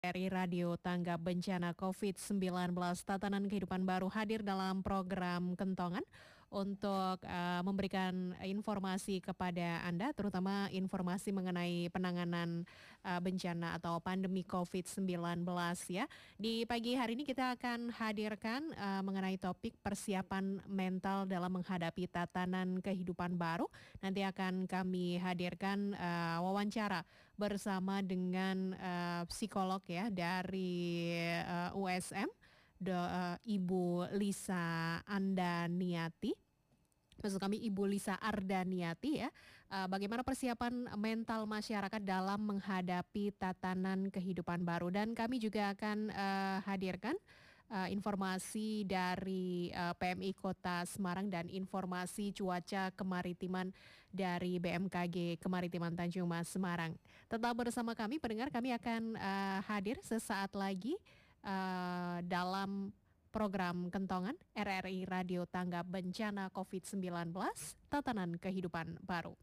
RRI Radio Tanggap Bencana COVID-19 Tatanan Kehidupan Baru hadir dalam program Kentongan untuk memberikan informasi kepada Anda, terutama informasi mengenai penanganan bencana atau pandemi COVID-19 ya. Di pagi hari ini kita akan hadirkan mengenai topik persiapan mental dalam menghadapi tatanan kehidupan baru. Nanti akan kami hadirkan wawancara bersama dengan psikolog ya dari USM, Ibu Lisa Ardaniati. Maksud kami Ibu Lisa Ardaniati ya. Bagaimana persiapan mental masyarakat dalam menghadapi tatanan kehidupan baru, dan kami juga akan hadirkan informasi dari PMI Kota Semarang dan informasi cuaca kemaritiman dari BMKG Kemaritiman Tanjung Mas Semarang. Tetap bersama kami pendengar, kami akan hadir sesaat lagi dalam program Kentongan RRI Radio Tanggap Bencana COVID-19 Tatanan Kehidupan Baru.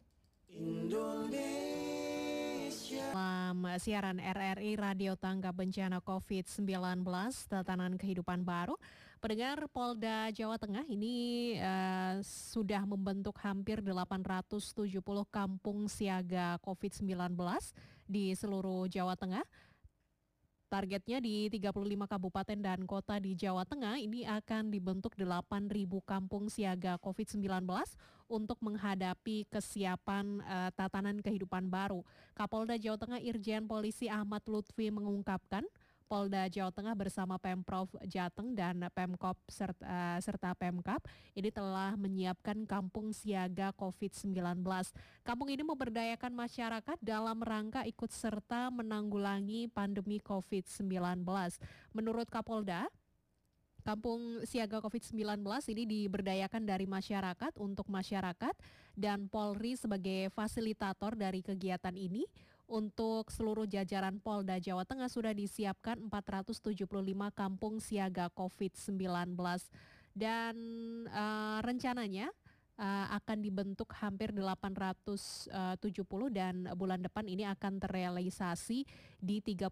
Dalam siaran RRI Radio Tanggap Bencana COVID-19 Tatanan Kehidupan Baru, pendengar, Polda Jawa Tengah ini sudah membentuk hampir 870 kampung siaga COVID-19 di seluruh Jawa Tengah. Targetnya di 35 kabupaten dan kota di Jawa Tengah ini akan dibentuk 8.000 kampung siaga COVID-19 untuk menghadapi kesiapan tatanan kehidupan baru. Kapolda Jawa Tengah Irjen Polisi Ahmad Lutfi mengungkapkan, Polda Jawa Tengah bersama Pemprov Jateng dan Pemkop serta Pemkap ini telah menyiapkan kampung siaga COVID-19. Kampung ini memberdayakan masyarakat dalam rangka ikut serta menanggulangi pandemi COVID-19. Menurut Kapolda, Kampung Siaga COVID-19 ini diberdayakan dari masyarakat untuk masyarakat dan Polri sebagai fasilitator dari kegiatan ini. Untuk seluruh jajaran Polda Jawa Tengah sudah disiapkan 475 kampung siaga COVID-19 dan rencananya akan dibentuk hampir 870 dan bulan depan ini akan terrealisasi di 35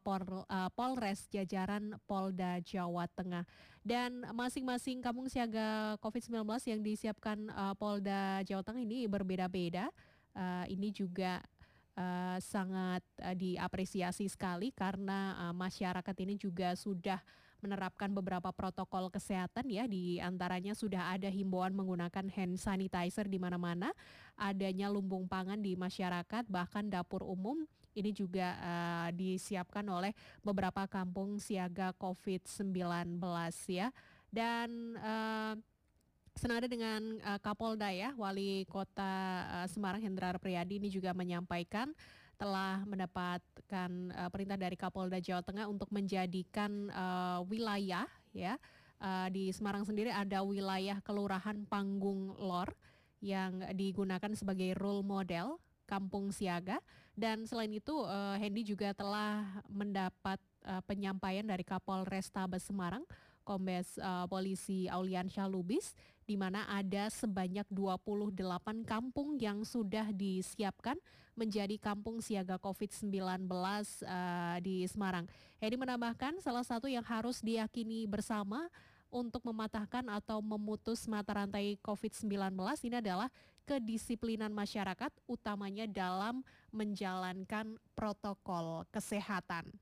Polres jajaran Polda Jawa Tengah. Dan masing-masing kampung siaga COVID-19 yang disiapkan Polda Jawa Tengah ini berbeda-beda. Ini juga sangat diapresiasi sekali karena masyarakat ini juga sudah menerapkan beberapa protokol kesehatan ya, di antaranya sudah ada himbauan menggunakan hand sanitizer di mana-mana, adanya lumbung pangan di masyarakat, bahkan dapur umum ini juga disiapkan oleh beberapa kampung siaga COVID-19 ya. Dan senada dengan Kapolda ya, Wali Kota Semarang Hendrar Priyadi ini juga menyampaikan telah mendapatkan perintah dari Kapolda Jawa Tengah untuk menjadikan wilayah ya, di Semarang sendiri ada wilayah Kelurahan Panggung Lor yang digunakan sebagai role model kampung siaga. Dan selain itu Hendy juga telah mendapat penyampaian dari Kapolrestabes Semarang, Kombes Polisi Auliansyah Lubis, di mana ada sebanyak 28 kampung yang sudah disiapkan menjadi kampung siaga COVID-19 di Semarang. Hedi menambahkan salah satu yang harus diyakini bersama untuk mematahkan atau memutus mata rantai COVID-19 ini adalah kedisiplinan masyarakat, utamanya dalam menjalankan protokol kesehatan.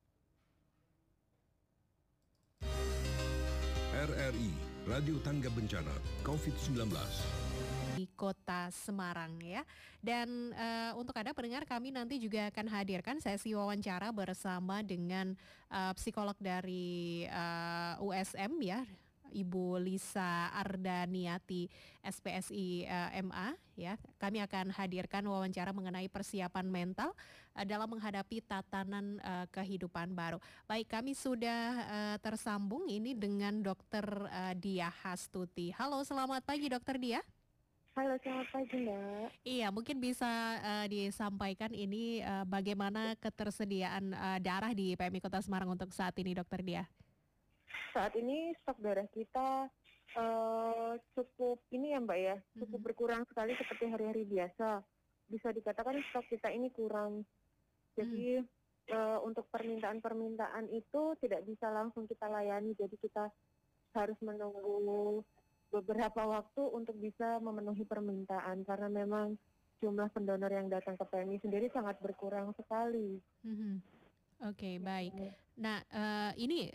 RRI Radio Tanggap Bencana COVID-19 di Kota Semarang ya. Dan untuk Anda pendengar, kami nanti juga akan hadirkan sesi wawancara bersama dengan psikolog dari USM ya, Ibu Lisa Ardaniati SPSI MA ya. Kami akan hadirkan wawancara mengenai persiapan mental dalam menghadapi tatanan kehidupan baru. Baik, kami sudah tersambung ini dengan Dr. Diah Hastuti. Halo, selamat pagi Dr. Diah. Halo, selamat pagi Mbak. Iya, mungkin bisa disampaikan ini bagaimana ketersediaan darah di PMI Kota Semarang untuk saat ini Dr. Diah? Saat ini stok darah kita cukup ini ya Mbak ya, cukup berkurang sekali seperti hari-hari biasa. Bisa dikatakan stok kita ini kurang. Jadi untuk permintaan-permintaan itu tidak bisa langsung kita layani, jadi kita harus menunggu beberapa waktu untuk bisa memenuhi permintaan karena memang jumlah pendonor yang datang ke PMI sendiri sangat berkurang sekali. Mhm. Oke, baik. Nah, ini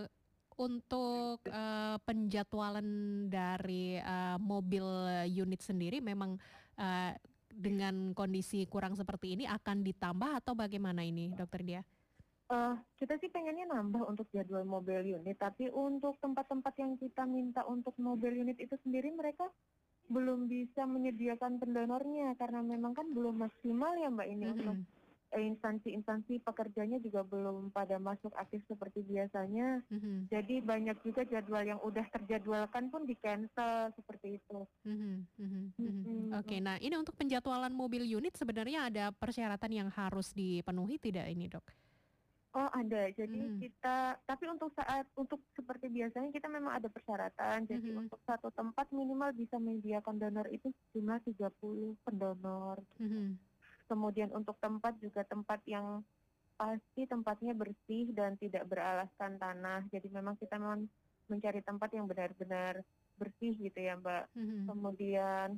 untuk penjadwalan dari mobil unit sendiri memang dengan kondisi kurang seperti ini akan ditambah atau bagaimana ini, Dokter Dia? Kita sih pengennya nambah untuk jadwal mobil unit, tapi untuk tempat-tempat yang kita minta untuk mobil unit itu sendiri mereka belum bisa menyediakan pendonornya karena memang kan belum maksimal ya Mbak ini untuk Mhm, instansi-instansi pekerjanya juga belum pada masuk aktif seperti biasanya. mhm, Jadi banyak juga jadwal yang udah terjadwalkan pun di-cancel seperti itu. mhm, mhm, mhm. Oke, Mhm. nah ini untuk penjadwalan mobil unit sebenarnya ada persyaratan yang harus dipenuhi tidak ini, Dok? Oh ada, jadi Mhm, kita, tapi untuk seperti biasanya kita memang ada persyaratan, jadi mhm, untuk satu tempat minimal bisa menyediakan donor itu jumlah 30 pendonor. mhm, Kemudian untuk tempat juga tempat yang pasti tempatnya bersih dan tidak beralaskan tanah, jadi memang kita memang mencari tempat yang benar-benar bersih gitu ya Mbak. mhm, Kemudian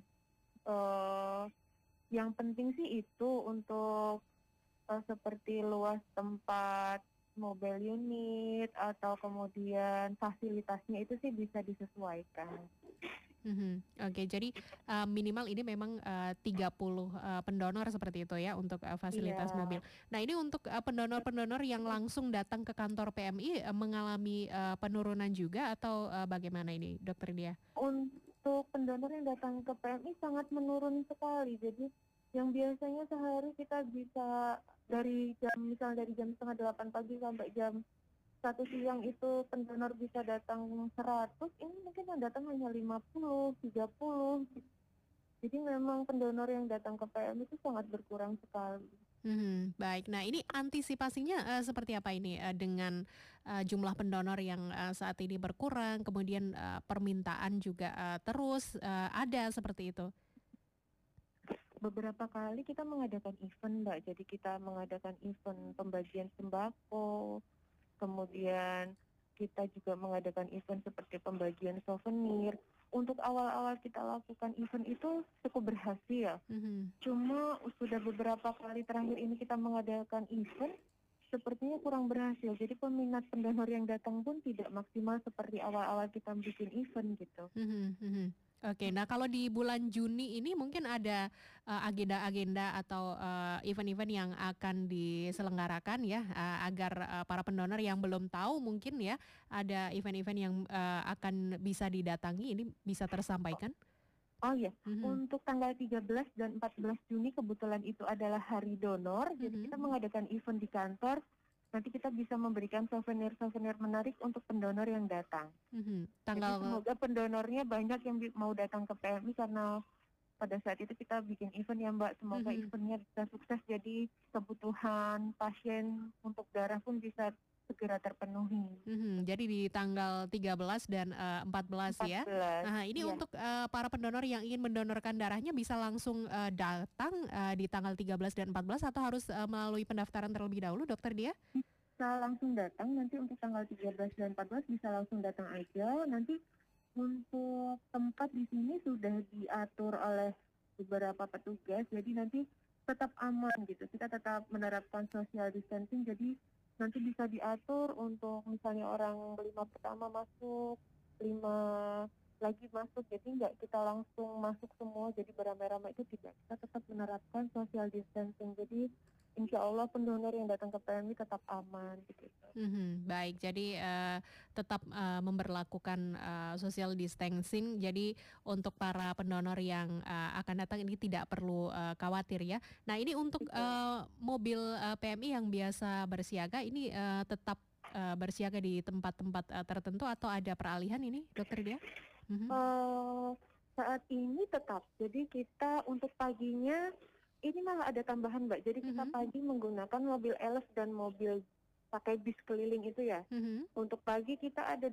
eh, yang penting sih itu untuk seperti luas tempat mobil unit atau kemudian fasilitasnya itu sih bisa disesuaikan. mhm. Oke, jadi minimal ini memang 30 pendonor seperti itu ya untuk fasilitas Iya, mobil. Nah, ini untuk pendonor-pendonor yang langsung datang ke kantor PMI mengalami penurunan juga atau bagaimana ini, Dokter Dia? untuk pendonor yang datang ke PMI sangat menurun sekali. Jadi yang biasanya sehari kita bisa misalnya dari jam setengah 8 pagi sampai jam 1 siang itu pendonor bisa datang 100, ini mungkin yang datang hanya 50, 30. Jadi memang pendonor yang datang ke PM itu sangat berkurang sekali. Mhm, baik. Nah, ini antisipasinya seperti apa ini dengan jumlah pendonor yang saat ini berkurang, kemudian permintaan juga terus ada seperti itu? Beberapa kali kita mengadakan event, Mbak. Jadi kita mengadakan event pembagian sembako, kemudian kita juga mengadakan event seperti pembagian souvenir. Untuk awal-awal kita lakukan event itu cukup berhasil. Mhm. Cuma sudah beberapa kali terakhir ini kita mengadakan event, sepertinya kurang berhasil. Jadi peminat pendonor yang datang pun tidak maksimal seperti awal-awal kita bikin event gitu. Mhm, mhm. Oke, nah kalau di bulan Juni ini mungkin ada agenda-agenda atau event-event yang akan diselenggarakan ya, agar para pendonor yang belum tahu mungkin ya, ada event-event yang akan bisa didatangi, ini bisa tersampaikan? Oh iya, Mhm, untuk tanggal 13 dan 14 Juni kebetulan itu adalah Hari Donor, jadi mhm, kita mengadakan event di kantor. Nanti kita bisa memberikan souvenir-souvenir menarik untuk pendonor yang datang. mhm. Jadi Tanggal semoga pendonornya banyak yang mau datang ke PMI karena pada saat itu kita bikin event ya Mbak. Semoga mhm. eventnya bisa sukses jadi kebutuhan pasien untuk darah pun bisa segera terpenuhi. Mhm, jadi di tanggal 13 dan 14 ya. 14, Nah, ini iya. untuk para pendonor yang ingin mendonorkan darahnya bisa langsung datang di tanggal 13 dan 14 atau harus melalui pendaftaran terlebih dahulu, Dokter Dia? Bisa langsung datang, nanti untuk tanggal 13 dan 14 bisa langsung datang aja. Nanti untuk tempat di sini sudah diatur oleh beberapa petugas, jadi nanti tetap aman gitu. Kita tetap menerapkan social distancing, jadi nanti bisa diatur untuk misalnya orang 5 pertama masuk, 5 lagi masuk, jadi nggak kita langsung masuk semua, jadi beramai-ramai itu tidak. Kita tetap menerapkan social distancing, jadi insya Allah pendonor yang datang ke PMI tetap aman gitu. Mhm, baik, jadi tetap memberlakukan social distancing. Jadi untuk para pendonor yang akan datang ini tidak perlu khawatir ya. Nah, ini untuk Gitu. mobil PMI yang biasa bersiaga ini tetap bersiaga di tempat-tempat tertentu atau ada peralihan ini, Dokter Dia? Mhm, Eh, Saat ini tetap. Jadi kita untuk paginya ini malah ada tambahan Mbak. Jadi kita mhm, pagi menggunakan mobil elf dan mobil pakai bis keliling itu ya. mhm, Untuk pagi kita ada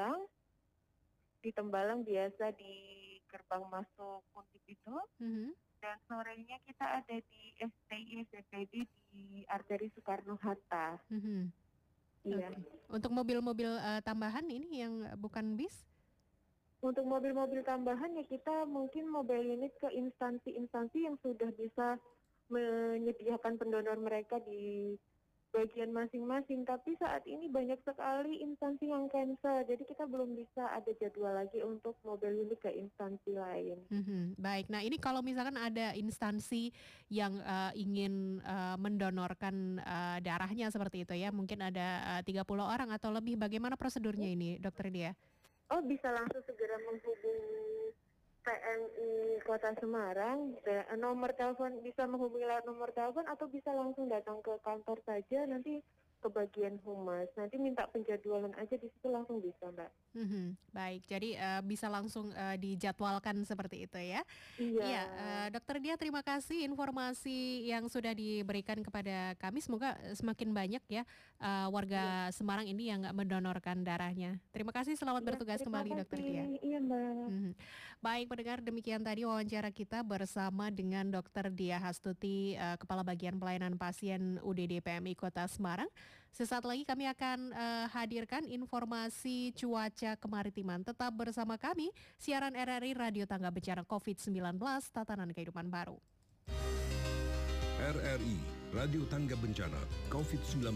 di Tembalang biasa di gerbang masuk Undip itu. mhm, dan sorenya kita ada di STI SPD di arteri Soekarno-Hatta. Iya. Oke. Untuk mobil-mobil tambahan ini yang bukan bis? Untuk mobil-mobil tambahan ya kita mungkin mobile unit ke instansi-instansi yang sudah bisa menyediakan pendonor mereka di bagian masing-masing. Tapi saat ini banyak sekali instansi yang cancel, jadi kita belum bisa ada jadwal lagi untuk mobil unit ke instansi lain. Baik, nah ini kalau misalkan ada instansi yang ingin mendonorkan darahnya seperti itu ya, mungkin ada 30 orang atau lebih, bagaimana prosedurnya ini, Dokter Dia? Oh, bisa langsung segera menghubungi PMI Kota Semarang. Nomor telepon bisa menghubungi lewat nomor telepon atau bisa langsung datang ke kantor saja, nanti ke bagian humas. Nanti minta penjadwalan aja, di situ langsung bisa, Mbak. Baik, jadi bisa langsung dijadwalkan seperti itu ya. Iya. Iya, Dokter Dia, terima kasih informasi yang sudah diberikan kepada kami. Semoga semakin banyak ya warga Semarang ini yang mendonorkan darahnya. Terima kasih, selamat Iya, bertugas terima kembali, Dokter Dia. kasih. Iya, Mbak. Baik, pendengar, demikian tadi wawancara kita bersama dengan Dokter Dia Hastuti, Kepala Bagian Pelayanan Pasien UDD PMI Kota Semarang. Sesaat lagi kami akan hadirkan informasi cuaca kemaritiman. Tetap bersama kami, siaran RRI Radio Tangga Bencana COVID-19, Tatanan Kehidupan Baru. RRI Radio Tangga Bencana COVID-19.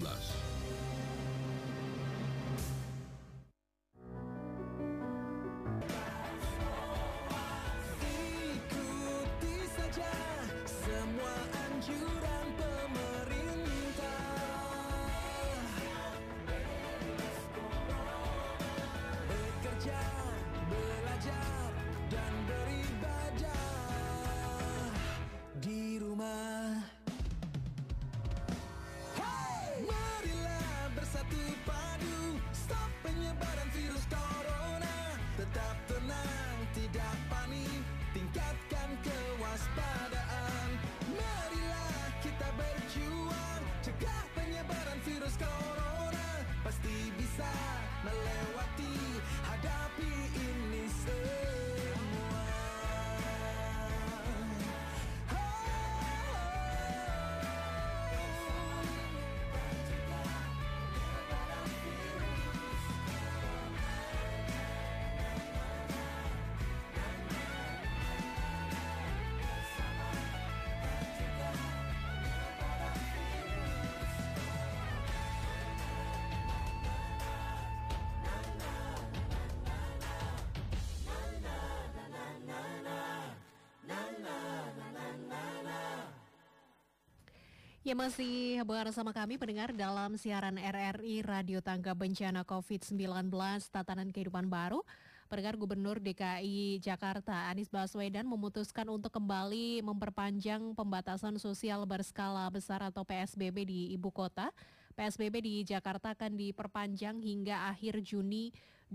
Ya, masih bersama kami pendengar dalam siaran RRI Radio Tangga Bencana COVID-19 Tatanan Kehidupan Baru. Pendengar, Gubernur DKI Jakarta Anies Baswedan memutuskan untuk kembali memperpanjang pembatasan sosial berskala besar atau PSBB di ibu kota. PSBB di Jakarta akan diperpanjang hingga akhir Juni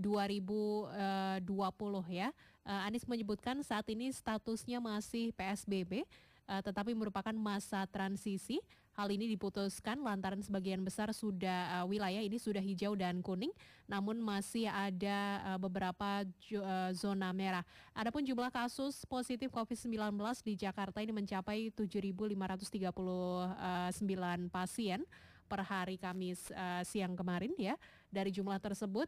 2020 ya. Anies menyebutkan saat ini statusnya masih PSBB, tetapi merupakan masa transisi. Hal ini diputuskan lantaran sebagian besar wilayah ini sudah hijau dan kuning, namun masih ada beberapa zona merah. Adapun jumlah kasus positif COVID-19 di Jakarta ini mencapai 7.539 pasien per hari Kamis siang kemarin ya. Dari jumlah tersebut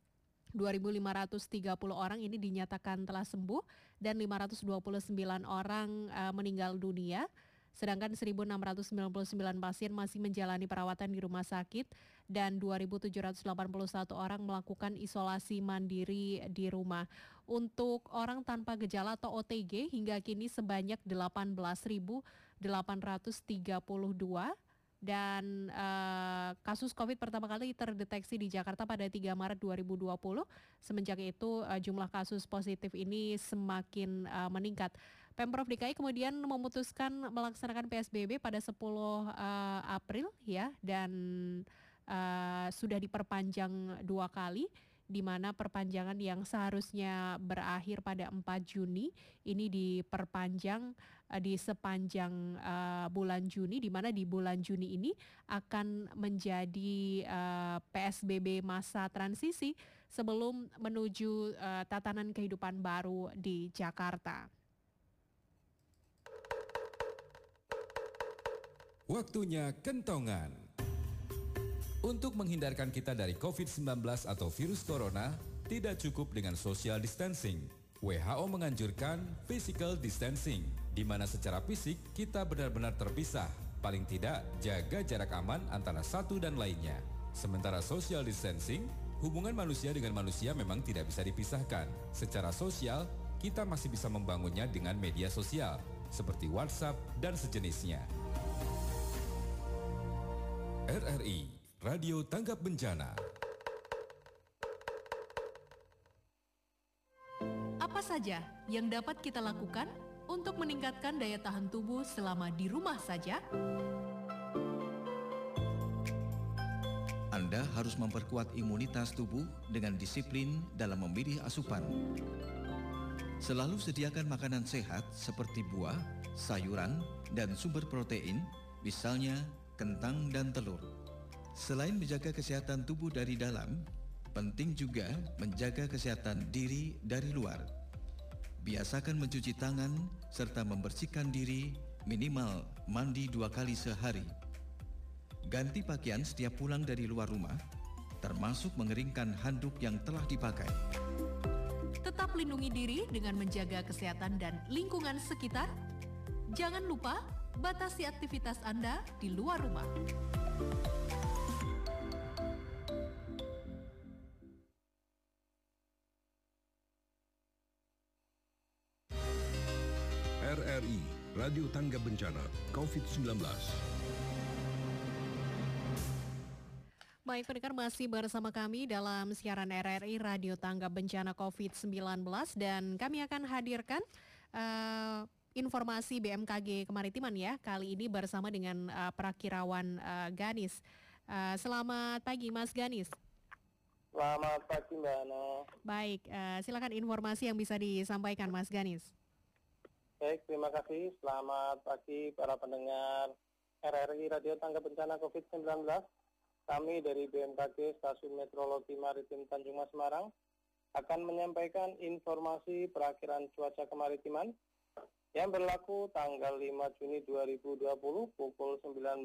2.530 orang ini dinyatakan telah sembuh dan 529 orang meninggal dunia. Sedangkan 1.699 pasien masih menjalani perawatan di rumah sakit dan 2.781 orang melakukan isolasi mandiri di rumah. Untuk orang tanpa gejala atau OTG hingga kini sebanyak 18.832 dan kasus COVID pertama kali terdeteksi di Jakarta pada 3 Maret 2020. Semenjak itu jumlah kasus positif ini semakin meningkat. Pemprov DKI kemudian memutuskan melaksanakan PSBB pada 10 April ya, dan sudah diperpanjang 2 kali, di mana perpanjangan yang seharusnya berakhir pada 4 Juni ini diperpanjang di sepanjang bulan Juni, di mana di bulan Juni ini akan menjadi PSBB masa transisi sebelum menuju tatanan kehidupan baru di Jakarta. Waktunya kentongan. Untuk menghindarkan kita dari COVID-19 atau virus corona, tidak cukup dengan social distancing. WHO menganjurkan physical distancing, di mana secara fisik kita benar-benar terpisah. Paling tidak, jaga jarak aman antara satu dan lainnya. Sementara social distancing, hubungan manusia dengan manusia memang tidak bisa dipisahkan. Secara sosial, kita masih bisa membangunnya dengan media sosial, seperti WhatsApp dan sejenisnya. RRI, Radio Tanggap Bencana. Apa saja yang dapat kita lakukan untuk meningkatkan daya tahan tubuh selama di rumah saja? Anda harus memperkuat imunitas tubuh dengan disiplin dalam memilih asupan. Selalu sediakan makanan sehat seperti buah, sayuran, dan sumber protein, misalnya kentang dan telur. Selain menjaga kesehatan tubuh dari dalam, penting juga menjaga kesehatan diri dari luar. Biasakan mencuci tangan serta membersihkan diri minimal mandi 2 kali sehari. Ganti pakaian setiap pulang dari luar rumah, termasuk mengeringkan handuk yang telah dipakai. Tetap lindungi diri dengan menjaga kesehatan dan lingkungan sekitar. Jangan lupa batasi aktivitas Anda di luar rumah. RRI, Radio Tangga Bencana, COVID-19. Baik, pendengar, masih bersama kami dalam siaran RRI Radio Tangga Bencana COVID-19 dan kami akan hadirkan informasi BMKG Kemaritiman ya, kali ini bersama dengan Prakirawan Ganis. Selamat pagi Mas Ganis. Selamat pagi Mbak Ana. Baik, silakan informasi yang bisa disampaikan Mas Ganis. Baik, terima kasih. Selamat pagi para pendengar RRI Radio Tangga Bencana COVID-19. Kami dari BMKG Stasiun Meteorologi Maritim Tanjung Mas Semarang akan menyampaikan informasi perakhiran cuaca kemaritiman yang berlaku tanggal 5 Juni 2020 pukul 19.00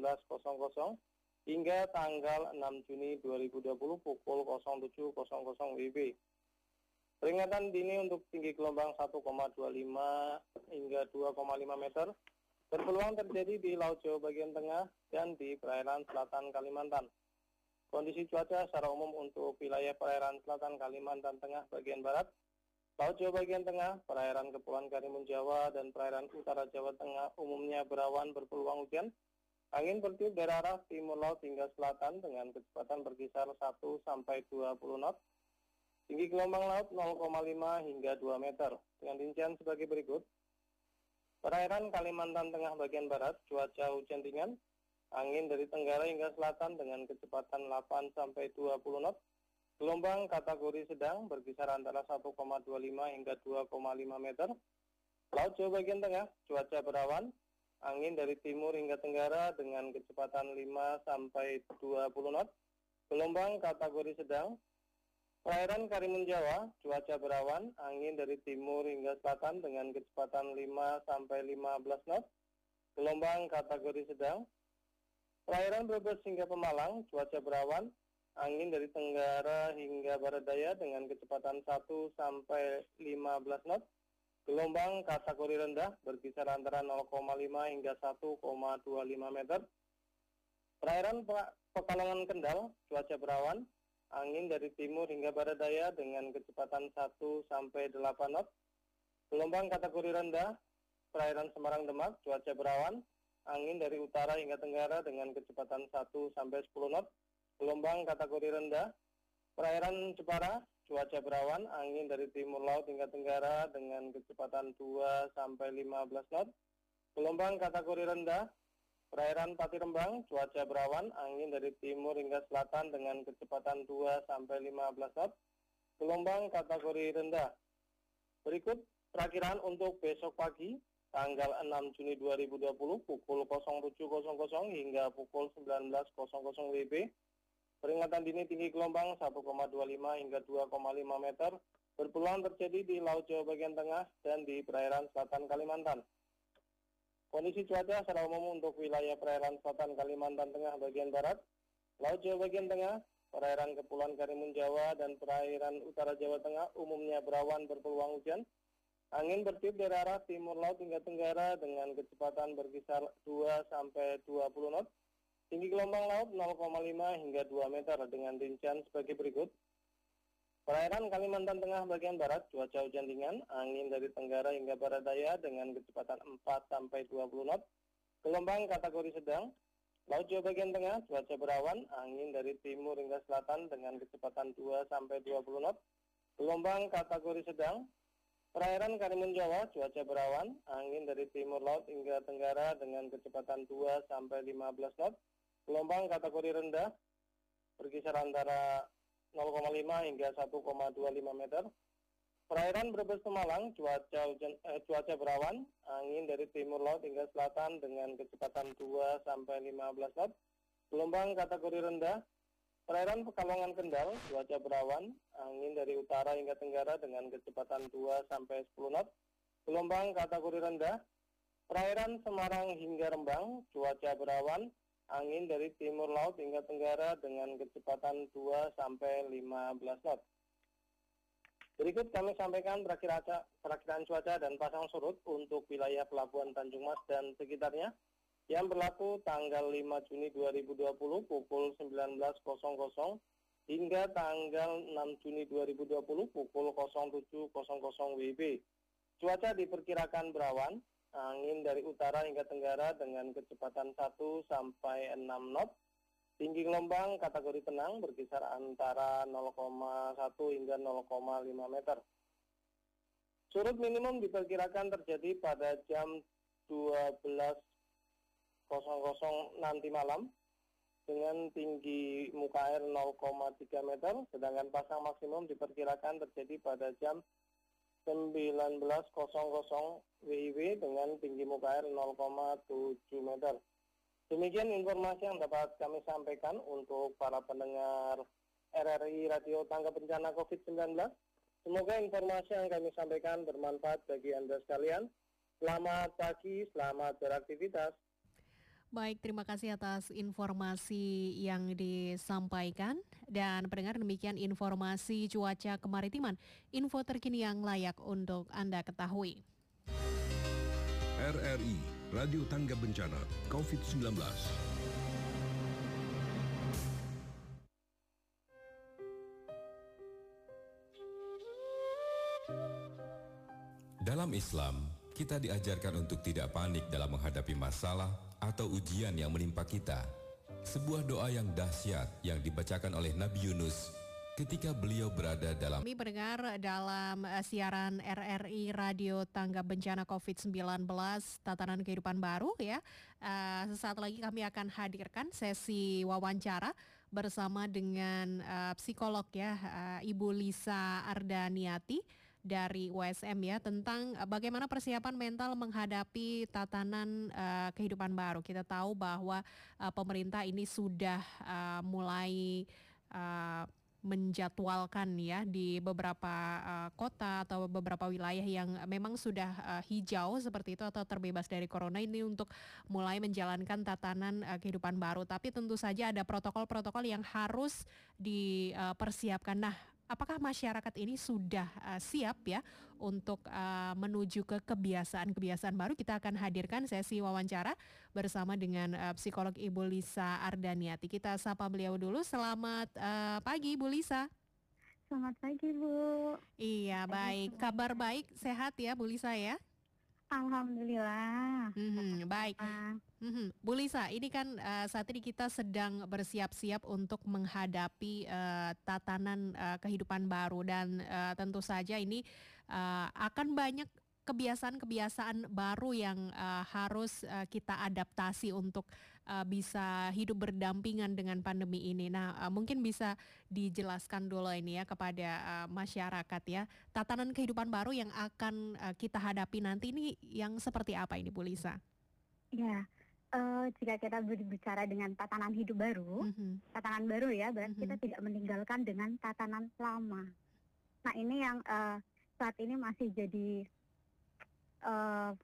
hingga tanggal 6 Juni 2020 pukul 07.00 WIB. Peringatan dini untuk tinggi gelombang 1,25 hingga 2,5 meter berpeluang terjadi di Laut Jawa bagian tengah dan di perairan selatan Kalimantan. Kondisi cuaca secara umum untuk wilayah perairan selatan Kalimantan Tengah bagian barat, Laut Jawa bagian tengah, perairan Kepulauan Karimun Jawa, dan perairan utara Jawa Tengah umumnya berawan berpeluang hujan. Angin bertiup dari arah timur laut hingga selatan dengan kecepatan berkisar 1 sampai 20 knot. Tinggi gelombang laut 0,5 hingga 2 meter. Dengan rincian sebagai berikut. Perairan Kalimantan Tengah bagian barat, cuaca hujan ringan. Angin dari tenggara hingga selatan dengan kecepatan 8 sampai 20 knot. Gelombang kategori sedang berkisar antara 1,25 hingga 2,5 meter. Laut Jawa bagian tengah, cuaca berawan, angin dari timur hingga tenggara dengan kecepatan 5 sampai 20 knot. Gelombang kategori sedang. Perairan Karimun Jawa, cuaca berawan, angin dari timur hingga selatan dengan kecepatan 5 sampai 15 knot. Gelombang kategori sedang. Perairan Brebes hingga Pemalang, cuaca berawan, angin dari tenggara hingga barat daya dengan kecepatan 1 sampai 15 knot. Gelombang kategori rendah berkisar antara 0,5 hingga 1,25 meter. Perairan Pekalongan Kendal, cuaca berawan, angin dari timur hingga barat daya dengan kecepatan 1 sampai 8 knot. Gelombang kategori rendah, perairan Semarang Demak, cuaca berawan, angin dari utara hingga tenggara dengan kecepatan 1 sampai 10 knot. Gelombang kategori rendah, perairan Jepara, cuaca berawan, angin dari timur laut hingga tenggara dengan kecepatan 2 sampai 15 knot. Gelombang kategori rendah, perairan Pati Rembang, cuaca berawan, angin dari timur hingga selatan dengan kecepatan 2 sampai 15 knot. Gelombang kategori rendah. Berikut perakiraan untuk besok pagi, tanggal 6 Juni 2020 pukul 07.00 hingga pukul 19.00 WIB. Peringatan dini tinggi gelombang 1,25 hingga 2,5 meter berpeluang terjadi di Laut Jawa bagian tengah dan di perairan selatan Kalimantan. Kondisi cuaca secara umum untuk wilayah perairan selatan Kalimantan Tengah bagian barat, Laut Jawa bagian tengah, perairan Kepulauan Karimun Jawa dan perairan utara Jawa Tengah umumnya berawan berpeluang hujan. Angin bertiup dari arah timur laut hingga tenggara dengan kecepatan berkisar 2 sampai 20 knot. Tinggi gelombang laut 0,5 hingga 2 meter dengan rincian sebagai berikut. Perairan Kalimantan Tengah bagian barat, cuaca hujan ringan, angin dari tenggara hingga barat daya dengan kecepatan 4 sampai 20 knot. Gelombang kategori sedang. Laut Jawa bagian tengah, cuaca berawan, angin dari timur hingga selatan dengan kecepatan 2 sampai 20 knot. Gelombang kategori sedang. Perairan Karimun Jawa, cuaca berawan, angin dari timur laut hingga tenggara dengan kecepatan 2 sampai 15 knot. Gelombang kategori rendah, berkisar antara 0,5 hingga 1,25 meter. Perairan Brebes Pemalang, cuaca berawan, angin dari timur laut hingga selatan dengan kecepatan 2 sampai 15 knot. Gelombang kategori rendah. Perairan Pekalongan Kendal, cuaca berawan, angin dari utara hingga tenggara dengan kecepatan 2 sampai 10 knot. Gelombang kategori rendah. Perairan Semarang hingga Rembang, cuaca berawan, angin dari timur laut hingga tenggara dengan kecepatan 2 sampai 15 knot. Berikut kami sampaikan perakiraan cuaca dan pasang surut untuk wilayah Pelabuhan Tanjung Mas dan sekitarnya yang berlaku tanggal 5 Juni 2020 pukul 19.00 hingga tanggal 6 Juni 2020 pukul 07.00 WIB. Cuaca diperkirakan berawan, angin dari utara hingga tenggara dengan kecepatan 1 sampai 6 knot. Tinggi gelombang kategori tenang berkisar antara 0,1 hingga 0,5 meter. Surut minimum diperkirakan terjadi pada jam 12.00 nanti malam dengan tinggi muka air 0,3 meter, sedangkan pasang maksimum diperkirakan terjadi pada jam 19.00 WIB dengan tinggi muka air 0,7 meter. Demikian informasi yang dapat kami sampaikan untuk para pendengar RRI Radio Tangga Bencana COVID-19. Semoga informasi yang kami sampaikan bermanfaat bagi Anda sekalian. Selamat pagi, selamat beraktivitas. Baik, terima kasih atas informasi yang disampaikan. Dan pendengar, demikian informasi cuaca kemaritiman. Info terkini yang layak untuk Anda ketahui. RRI Radio Tangga Bencana COVID-19. Dalam Islam, kita diajarkan untuk tidak panik dalam menghadapi masalah atau ujian yang menimpa kita. Sebuah doa yang dahsyat yang dibacakan oleh Nabi Yunus ketika beliau berada dalam... Kami mendengar dalam siaran RRI Radio Tangga Bencana COVID-19 Tatanan Kehidupan Baru ya. Sesaat lagi kami akan hadirkan sesi wawancara bersama dengan psikolog ya, Ibu Lisa Ardaniati dari USM ya, tentang bagaimana persiapan mental menghadapi tatanan kehidupan baru. Kita tahu bahwa pemerintah ini sudah mulai menjadwalkan ya di beberapa kota atau beberapa wilayah yang memang sudah hijau seperti itu atau terbebas dari corona ini untuk mulai menjalankan tatanan kehidupan baru. Tapi tentu saja ada protokol-protokol yang harus dipersiapkan. Nah, apakah masyarakat ini sudah siap ya untuk menuju ke kebiasaan-kebiasaan baru? Kita akan hadirkan sesi wawancara bersama dengan psikolog Ibu Lisa Ardaniati. Kita sapa beliau dulu. Selamat pagi Ibu Lisa. Selamat pagi Bu. Iya baik, kabar baik, sehat ya Bu Lisa ya? Alhamdulillah. Baik. Bu Lisa, ini kan saat ini kita sedang bersiap-siap untuk menghadapi tatanan kehidupan baru dan tentu saja ini akan banyak kebiasaan-kebiasaan baru yang harus kita adaptasi untuk bisa hidup berdampingan dengan pandemi ini. Nah, mungkin bisa dijelaskan dulu ini ya kepada masyarakat ya, tatanan kehidupan baru yang akan kita hadapi nanti ini yang seperti apa ini Bu Lisa? Ya, jika kita berbicara dengan tatanan hidup baru, tatanan baru ya, berarti kita tidak meninggalkan dengan tatanan lama. Nah, ini yang saat ini masih jadi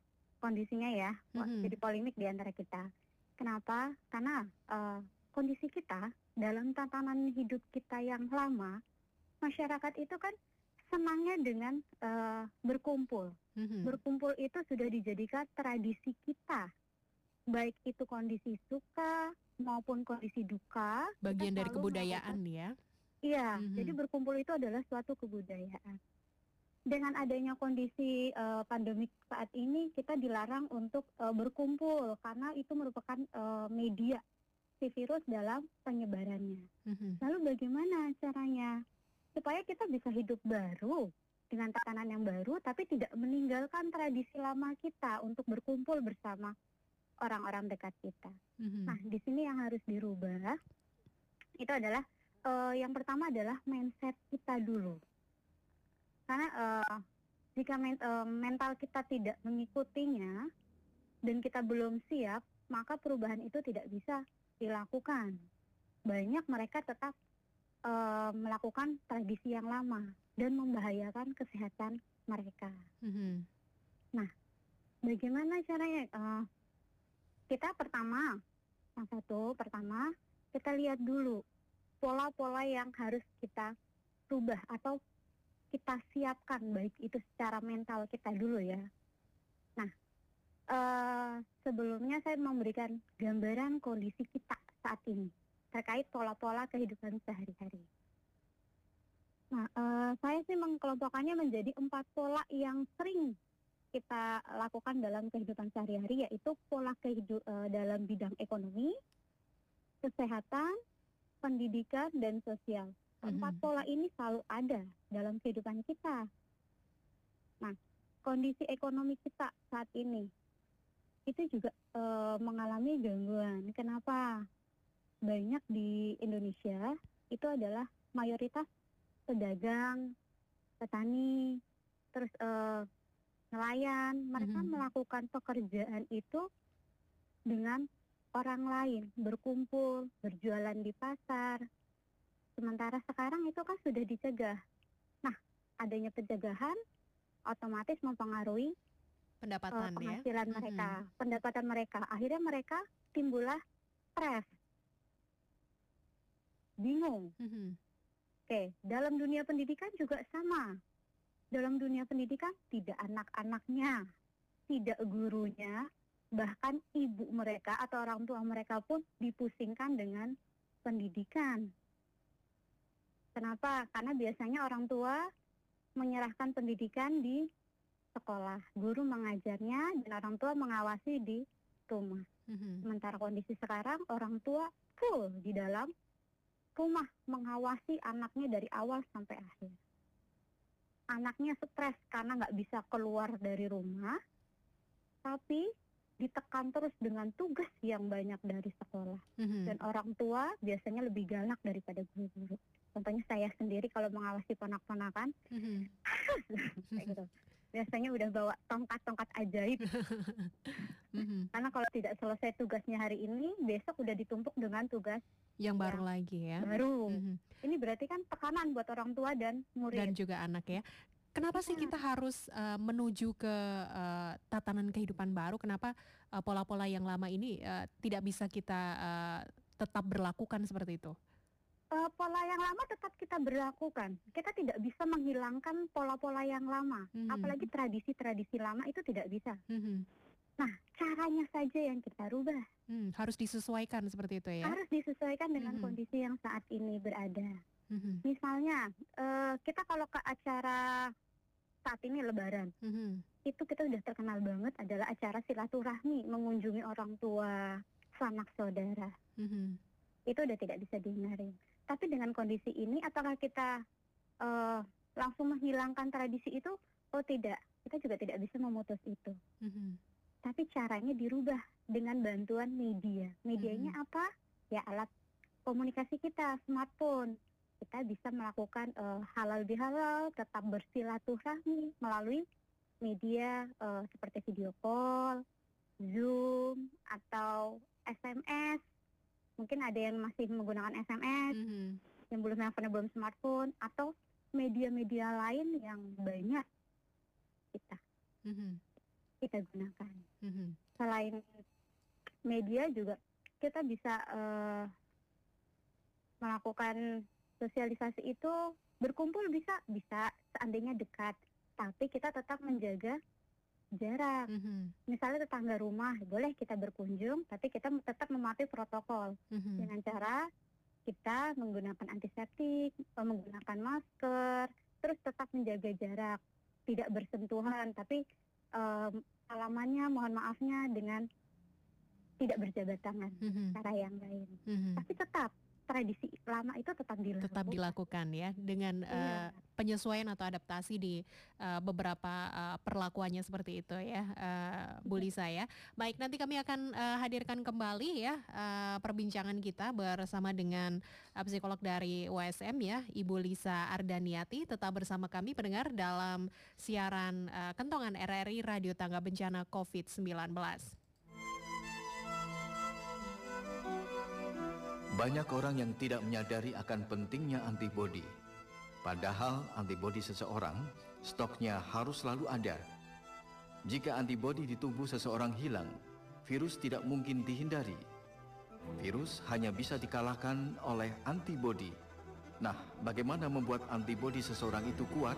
kondisinya ya, jadi polemik di antara kita. Kenapa? Karena kondisi kita dalam tatanan hidup kita yang lama, masyarakat itu kan senangnya dengan berkumpul. Berkumpul itu sudah dijadikan tradisi kita, baik itu kondisi suka maupun kondisi duka. Bagian dari kebudayaan ya. Iya, jadi berkumpul itu adalah suatu kebudayaan. Dengan adanya kondisi pandemik saat ini, kita dilarang untuk berkumpul karena itu merupakan media si virus dalam penyebarannya. Lalu bagaimana caranya supaya kita bisa hidup baru dengan tatanan yang baru, tapi tidak meninggalkan tradisi lama kita untuk berkumpul bersama orang-orang dekat kita. Nah, di sini yang harus dirubah itu adalah yang pertama adalah mindset kita dulu. Karena jika mental kita tidak mengikutinya dan kita belum siap, maka perubahan itu tidak bisa dilakukan. Banyak mereka tetap melakukan tradisi yang lama dan membahayakan kesehatan mereka. Nah, bagaimana caranya? Kita pertama kita lihat dulu pola-pola yang harus kita rubah atau kita siapkan, baik itu secara mental kita dulu ya. Nah, sebelumnya saya memberikan gambaran kondisi kita saat ini terkait pola-pola kehidupan sehari-hari. Nah, saya sih mengkelompokkannya menjadi 4 pola yang sering kita lakukan dalam kehidupan sehari-hari, yaitu pola dalam bidang ekonomi, kesehatan, pendidikan, dan sosial. 4 pola ini selalu ada dalam kehidupan kita. Nah, kondisi ekonomi kita saat ini itu juga mengalami gangguan. Kenapa? Banyak di Indonesia itu adalah mayoritas pedagang, petani, terus nelayan. Mereka melakukan pekerjaan itu dengan orang lain, berkumpul, berjualan di pasar. Sementara sekarang itu kan sudah dicegah. Nah, adanya pencegahan otomatis mempengaruhi penghasilan mereka, pendapatan mereka. Akhirnya mereka timbullah stres, bingung. Oke, dalam dunia pendidikan juga sama. Dalam dunia pendidikan tidak anak-anaknya, tidak gurunya, bahkan ibu mereka atau orang tua mereka pun dipusingkan dengan pendidikan. Kenapa? Karena biasanya orang tua menyerahkan pendidikan di sekolah, guru mengajarnya dan orang tua mengawasi di rumah. Sementara kondisi sekarang orang tua full di dalam rumah mengawasi anaknya dari awal sampai akhir. Anaknya stres karena nggak bisa keluar dari rumah, tapi ditekan terus dengan tugas yang banyak dari sekolah. Dan orang tua biasanya lebih galak daripada guru-guru. Contohnya saya sendiri kalau mengawasi ponak-ponakan, kayak gitu. Biasanya udah bawa tongkat-tongkat ajaib. Karena kalau tidak selesai tugasnya hari ini, besok udah ditumpuk dengan tugas yang baru lagi ya. Baru. Ini berarti kan tekanan buat orang tua dan murid. Dan juga anak ya. Kenapa sih kita harus menuju ke tatanan kehidupan baru? Kenapa pola-pola yang lama ini tidak bisa kita tetap berlakukan seperti itu? Pola yang lama tetap kita berlakukan. Kita tidak bisa menghilangkan pola-pola yang lama. Apalagi tradisi-tradisi lama itu tidak bisa. Nah, caranya saja yang kita rubah. Harus disesuaikan seperti itu ya? Harus disesuaikan dengan kondisi yang saat ini berada. Misalnya, kita kalau ke acara saat ini Lebaran, itu kita udah terkenal banget adalah acara silaturahmi, mengunjungi orang tua, sanak saudara. Itu udah tidak bisa dihindarin. Tapi dengan kondisi ini, apakah kita langsung menghilangkan tradisi itu? Oh tidak, kita juga tidak bisa memutus itu. Tapi caranya dirubah dengan bantuan media. Medianya apa? Ya alat komunikasi kita, smartphone. Kita bisa melakukan halal bihalal, tetap bersilaturahmi melalui media seperti video call, Zoom, atau SMS. Mungkin ada yang masih menggunakan SMS, yang belum smartphone, atau media-media lain yang banyak kita. kita gunakan. Mhm. Selain media juga kita bisa melakukan sosialisasi itu, berkumpul bisa seandainya dekat, tapi kita tetap menjaga jarak. Mhm. Misalnya tetangga rumah, boleh kita berkunjung, tapi kita tetap mematuhi protokol Mhm. dengan cara kita menggunakan antiseptik, menggunakan masker, terus tetap menjaga jarak, tidak bersentuhan, tapi alamannya, mohon maafnya dengan tidak berjabat tangan, Mhm. cara yang lain. Mhm. Tapi tetap tradisi lama itu tetap dilakukan. Tetap dilakukan ya dengan Iya. penyesuaian atau adaptasi di beberapa perlakuannya seperti itu ya, Bu Lisa ya. Baik, nanti kami akan hadirkan kembali ya perbincangan kita bersama dengan psikolog dari USM ya, Ibu Lisa Ardaniati. Tetap bersama kami pendengar dalam siaran Kentongan RRI Radio Tangga Bencana COVID-19. Banyak orang yang tidak menyadari akan pentingnya antibodi. Padahal antibodi seseorang, stoknya harus selalu ada. Jika antibodi di tubuh seseorang hilang, virus tidak mungkin dihindari. Virus hanya bisa dikalahkan oleh antibodi. Nah, bagaimana membuat antibodi seseorang itu kuat?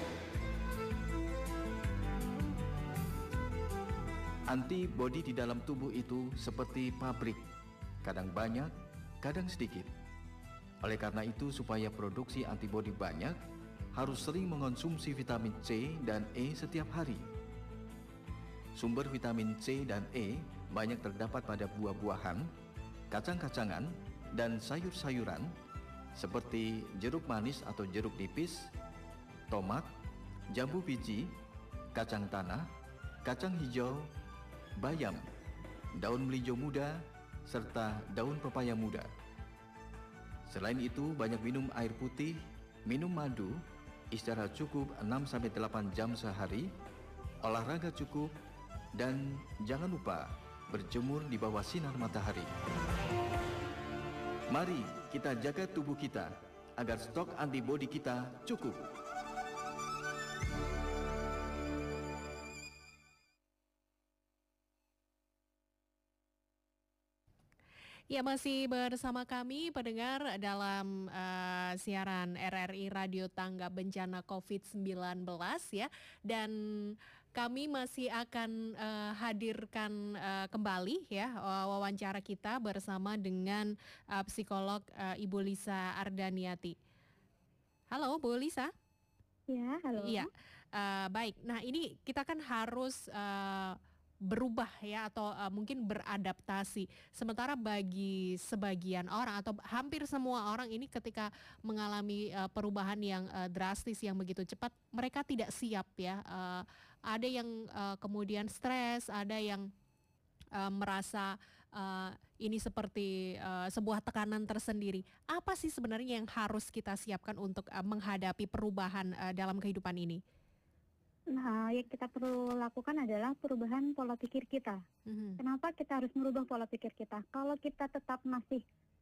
Antibodi di dalam tubuh itu seperti pabrik, kadang banyak, kadang sedikit. Oleh karena itu, supaya produksi antibodi banyak, harus sering mengonsumsi vitamin C dan E setiap hari. Sumber vitamin C dan E banyak terdapat pada buah-buahan, kacang-kacangan, dan sayur-sayuran seperti jeruk manis atau jeruk nipis, tomat, jambu biji, kacang tanah, kacang hijau, bayam, daun melinjo muda, serta daun pepaya muda. Selain itu, banyak minum air putih, minum madu, istirahat cukup 6-8 jam sehari, olahraga cukup, dan jangan lupa berjemur di bawah sinar matahari. Mari kita jaga tubuh kita agar stok antibodi kita cukup. Ya, masih bersama kami pendengar dalam siaran RRI Radio Tangga Bencana COVID-19 ya. Dan kami masih akan hadirkan kembali ya wawancara kita bersama dengan psikolog Ibu Lisa Ardaniati. Halo Bu Lisa. Ya, halo. Iya, baik. Nah, ini kita kan harus berubah ya atau mungkin beradaptasi. Sementara bagi sebagian orang atau hampir semua orang ini ketika mengalami perubahan yang drastis yang begitu cepat, mereka tidak siap ya. Ada yang kemudian stres, ada yang merasa ini seperti sebuah tekanan tersendiri. Apa sih sebenarnya yang harus kita siapkan untuk menghadapi perubahan dalam kehidupan ini? Nah, yang kita perlu lakukan adalah perubahan pola pikir kita. Kenapa kita harus merubah pola pikir kita? Kalau kita tetap masih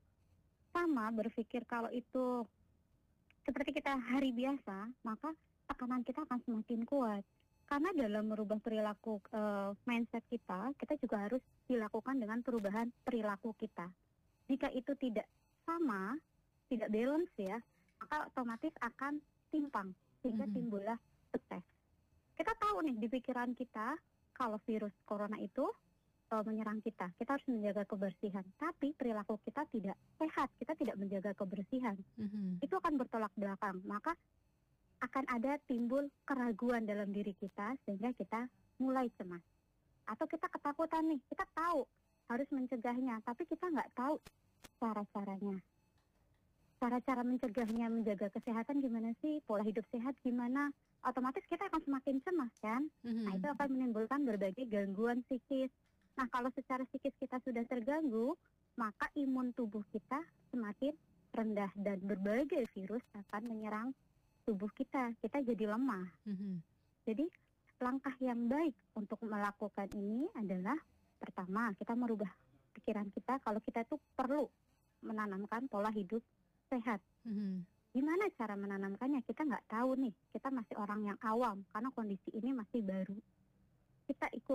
sama berpikir kalau itu seperti kita hari biasa, maka tekanan kita akan semakin kuat. Karena dalam merubah perilaku mindset kita juga harus dilakukan dengan perubahan perilaku kita. Jika itu tidak sama, tidak balance ya, maka otomatis akan timpang sehingga timbullah stres. Kita tahu nih di pikiran kita kalau virus corona itu menyerang kita harus menjaga kebersihan. Tapi perilaku kita tidak sehat, kita tidak menjaga kebersihan. Itu akan bertolak belakang. Maka akan ada timbul keraguan dalam diri kita sehingga kita mulai cemas. Atau kita ketakutan nih, kita tahu harus mencegahnya, tapi kita nggak tahu cara-caranya. Cara-cara mencegahnya, menjaga kesehatan gimana sih, pola hidup sehat gimana, otomatis kita akan semakin cemas kan. Nah, itu akan menimbulkan berbagai gangguan psikis. Nah, kalau secara psikis kita sudah terganggu, maka imun tubuh kita semakin rendah dan berbagai virus akan menyerang tubuh kita. Kita jadi lemah. Jadi, langkah yang baik untuk melakukan ini adalah pertama, kita merubah pikiran kita kalau kita tuh perlu menanamkan pola hidup sehat. Gimana cara menanamkannya? Kita nggak tahu nih, kita masih orang yang awam karena kondisi ini masih baru. Kita ikut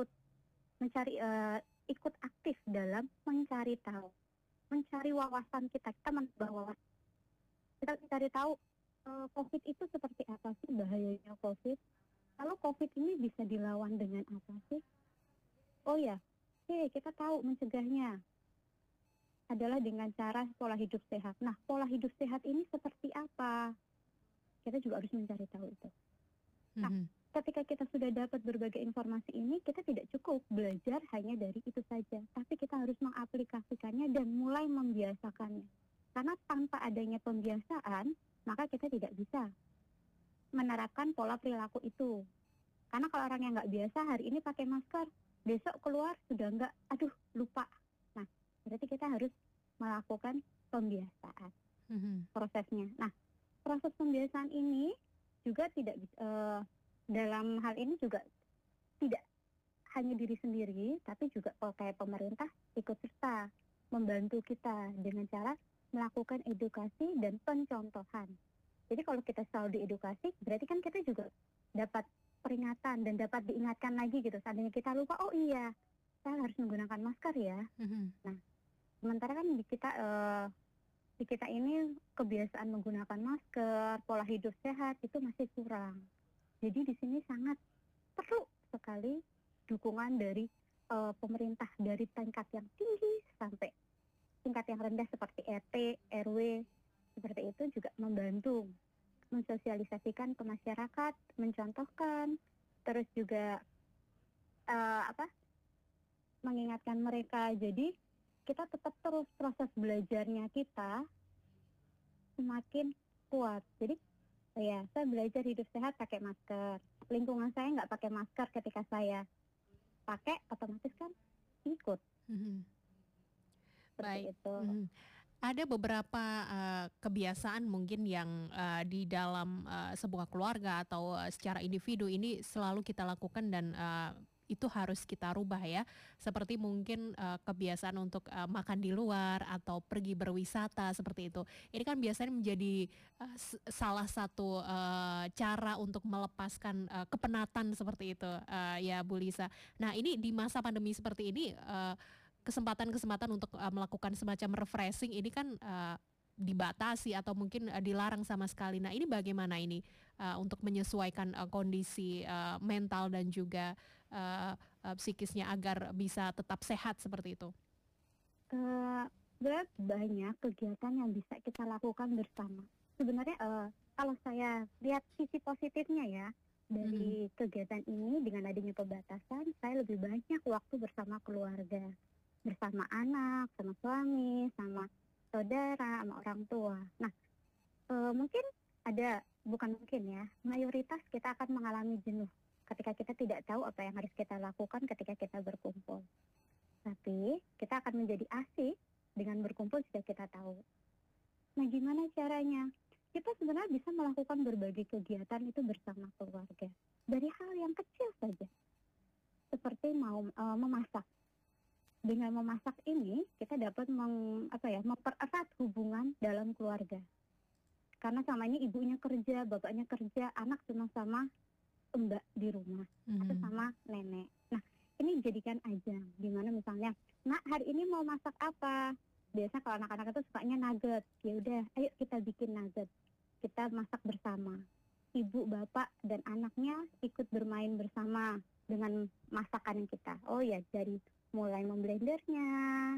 ikut aktif dalam mencari tahu, mencari wawasan kita menambah wawasan kita, mencari tahu COVID itu seperti apa sih bahayanya COVID, lalu COVID ini bisa dilawan dengan apa sih. Oh ya, kita tahu mencegahnya adalah dengan cara pola hidup sehat. Nah, pola hidup sehat ini seperti apa? Kita juga harus mencari tahu itu. Nah, ketika kita sudah dapat berbagai informasi ini, kita tidak cukup belajar hanya dari itu saja, tapi kita harus mengaplikasikannya dan mulai membiasakannya. Karena tanpa adanya pembiasaan, maka kita tidak bisa menerapkan pola perilaku itu. Karena kalau orang yang nggak biasa, hari ini pakai masker, besok keluar sudah nggak, lupa. Nah, berarti kita harus melakukan pembiasaan prosesnya. Nah, proses pembiasaan ini juga tidak dalam hal ini juga tidak hanya diri sendiri, tapi juga kayak pemerintah ikut serta membantu kita dengan cara melakukan edukasi dan pencontohan. Jadi kalau kita selalu diedukasi, berarti kan kita juga dapat peringatan dan dapat diingatkan lagi gitu. Seandainya kita lupa, oh iya, saya harus menggunakan masker ya. Nah, sementara kan di kita ini kebiasaan menggunakan masker, pola hidup sehat itu masih kurang. Jadi di sini sangat perlu sekali dukungan dari pemerintah dari tingkat yang tinggi sampai tingkat yang rendah seperti RT, RW, seperti itu juga membantu mensosialisasikan ke masyarakat, mencontohkan, terus juga mengingatkan mereka. Jadi kita tetap terus proses belajarnya kita semakin kuat. Jadi saya belajar hidup sehat pakai masker. Lingkungan saya nggak pakai masker, ketika saya pakai otomatis kan ikut. Baik. Itu. Ada beberapa kebiasaan mungkin yang di dalam sebuah keluarga atau secara individu ini selalu kita lakukan dan itu harus kita rubah ya. Seperti mungkin kebiasaan untuk makan di luar atau pergi berwisata seperti itu. Ini kan biasanya menjadi salah satu cara untuk melepaskan kepenatan seperti itu ya Bu Lisa. Nah ini di masa pandemi seperti ini kesempatan-kesempatan untuk melakukan semacam refreshing ini kan dibatasi atau mungkin dilarang sama sekali. Nah ini bagaimana ini untuk menyesuaikan kondisi mental dan juga psikisnya agar bisa tetap sehat seperti itu? Banyak kegiatan yang bisa kita lakukan bersama. Sebenarnya kalau saya lihat sisi positifnya ya, dari kegiatan ini dengan adanya pembatasan, saya lebih banyak waktu bersama keluarga. Bersama anak, sama suami, sama saudara, sama orang tua. Nah, mungkin mayoritas kita akan mengalami jenuh ketika kita tidak tahu apa yang harus kita lakukan ketika kita berkumpul. Tapi kita akan menjadi asik dengan berkumpul jika kita tahu. Nah, gimana caranya? Kita sebenarnya bisa melakukan berbagai kegiatan itu bersama keluarga. Dari hal yang kecil saja. Seperti memasak. Dengan memasak ini kita dapat mempererat hubungan dalam keluarga. Karena selama ini ibunya kerja, bapaknya kerja, anak cuma sama mbak di rumah atau sama nenek. Nah, ini jadikan ajang dimana misalnya, nak hari ini mau masak apa? Biasa kalau anak-anak itu sukanya nugget. Ya udah, ayo kita bikin nugget. Kita masak bersama. Ibu, bapak dan anaknya ikut bermain bersama dengan masakan kita. Oh ya, dari mulai memblendernya,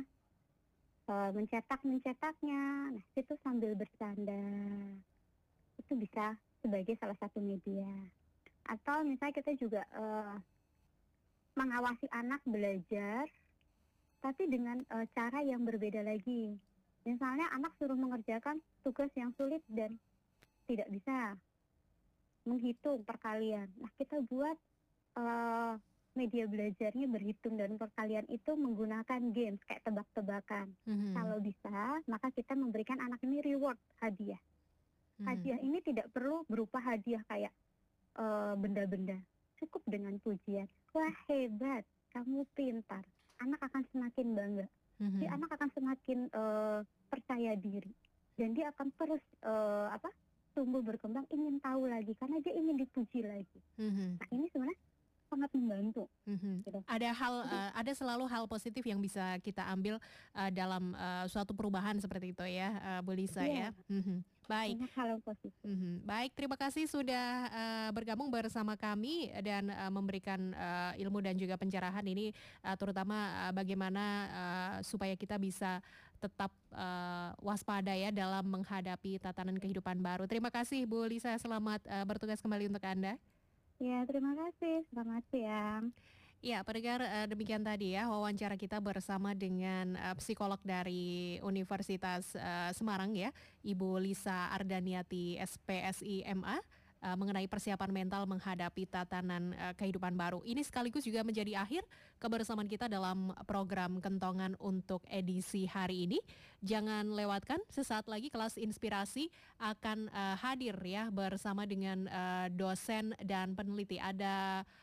mencetaknya, nah itu sambil bercanda, itu bisa sebagai salah satu media. Atau misalnya kita juga mengawasi anak belajar, tapi dengan cara yang berbeda lagi. Misalnya anak suruh mengerjakan tugas yang sulit dan tidak bisa menghitung perkalian. Nah kita buat media belajarnya berhitung dan perkalian itu menggunakan games kayak tebak-tebakan. Kalau bisa, maka kita memberikan anak ini reward, hadiah. Hadiah ini tidak perlu berupa hadiah kayak benda-benda. Cukup dengan pujian. Wah hebat, kamu pintar. Anak akan semakin bangga. Anak akan semakin percaya diri. Dan dia akan terus tumbuh berkembang, ingin tahu lagi karena dia ingin dipuji lagi. Nah ini sebenarnya sangat membantu. Gitu. Ada selalu hal positif yang bisa kita ambil dalam suatu perubahan seperti itu ya, Bu Lisa ya. Baik. Banyak hal yang positif. Baik, terima kasih sudah bergabung bersama kami dan memberikan ilmu dan juga pencerahan ini, terutama bagaimana supaya kita bisa tetap waspada ya dalam menghadapi tatanan kehidupan baru. Terima kasih Bu Lisa, selamat bertugas kembali untuk Anda. Ya, terima kasih. Selamat siang. Ya, pendengar, demikian tadi ya wawancara kita bersama dengan psikolog dari Universitas Semarang ya, Ibu Lisa Ardaniati SPSI MA, mengenai persiapan mental menghadapi tatanan kehidupan baru. Ini sekaligus juga menjadi akhir kebersamaan kita dalam program Kentongan untuk edisi hari ini. Jangan lewatkan, sesaat lagi kelas inspirasi akan hadir ya bersama dengan dosen dan peneliti. Ada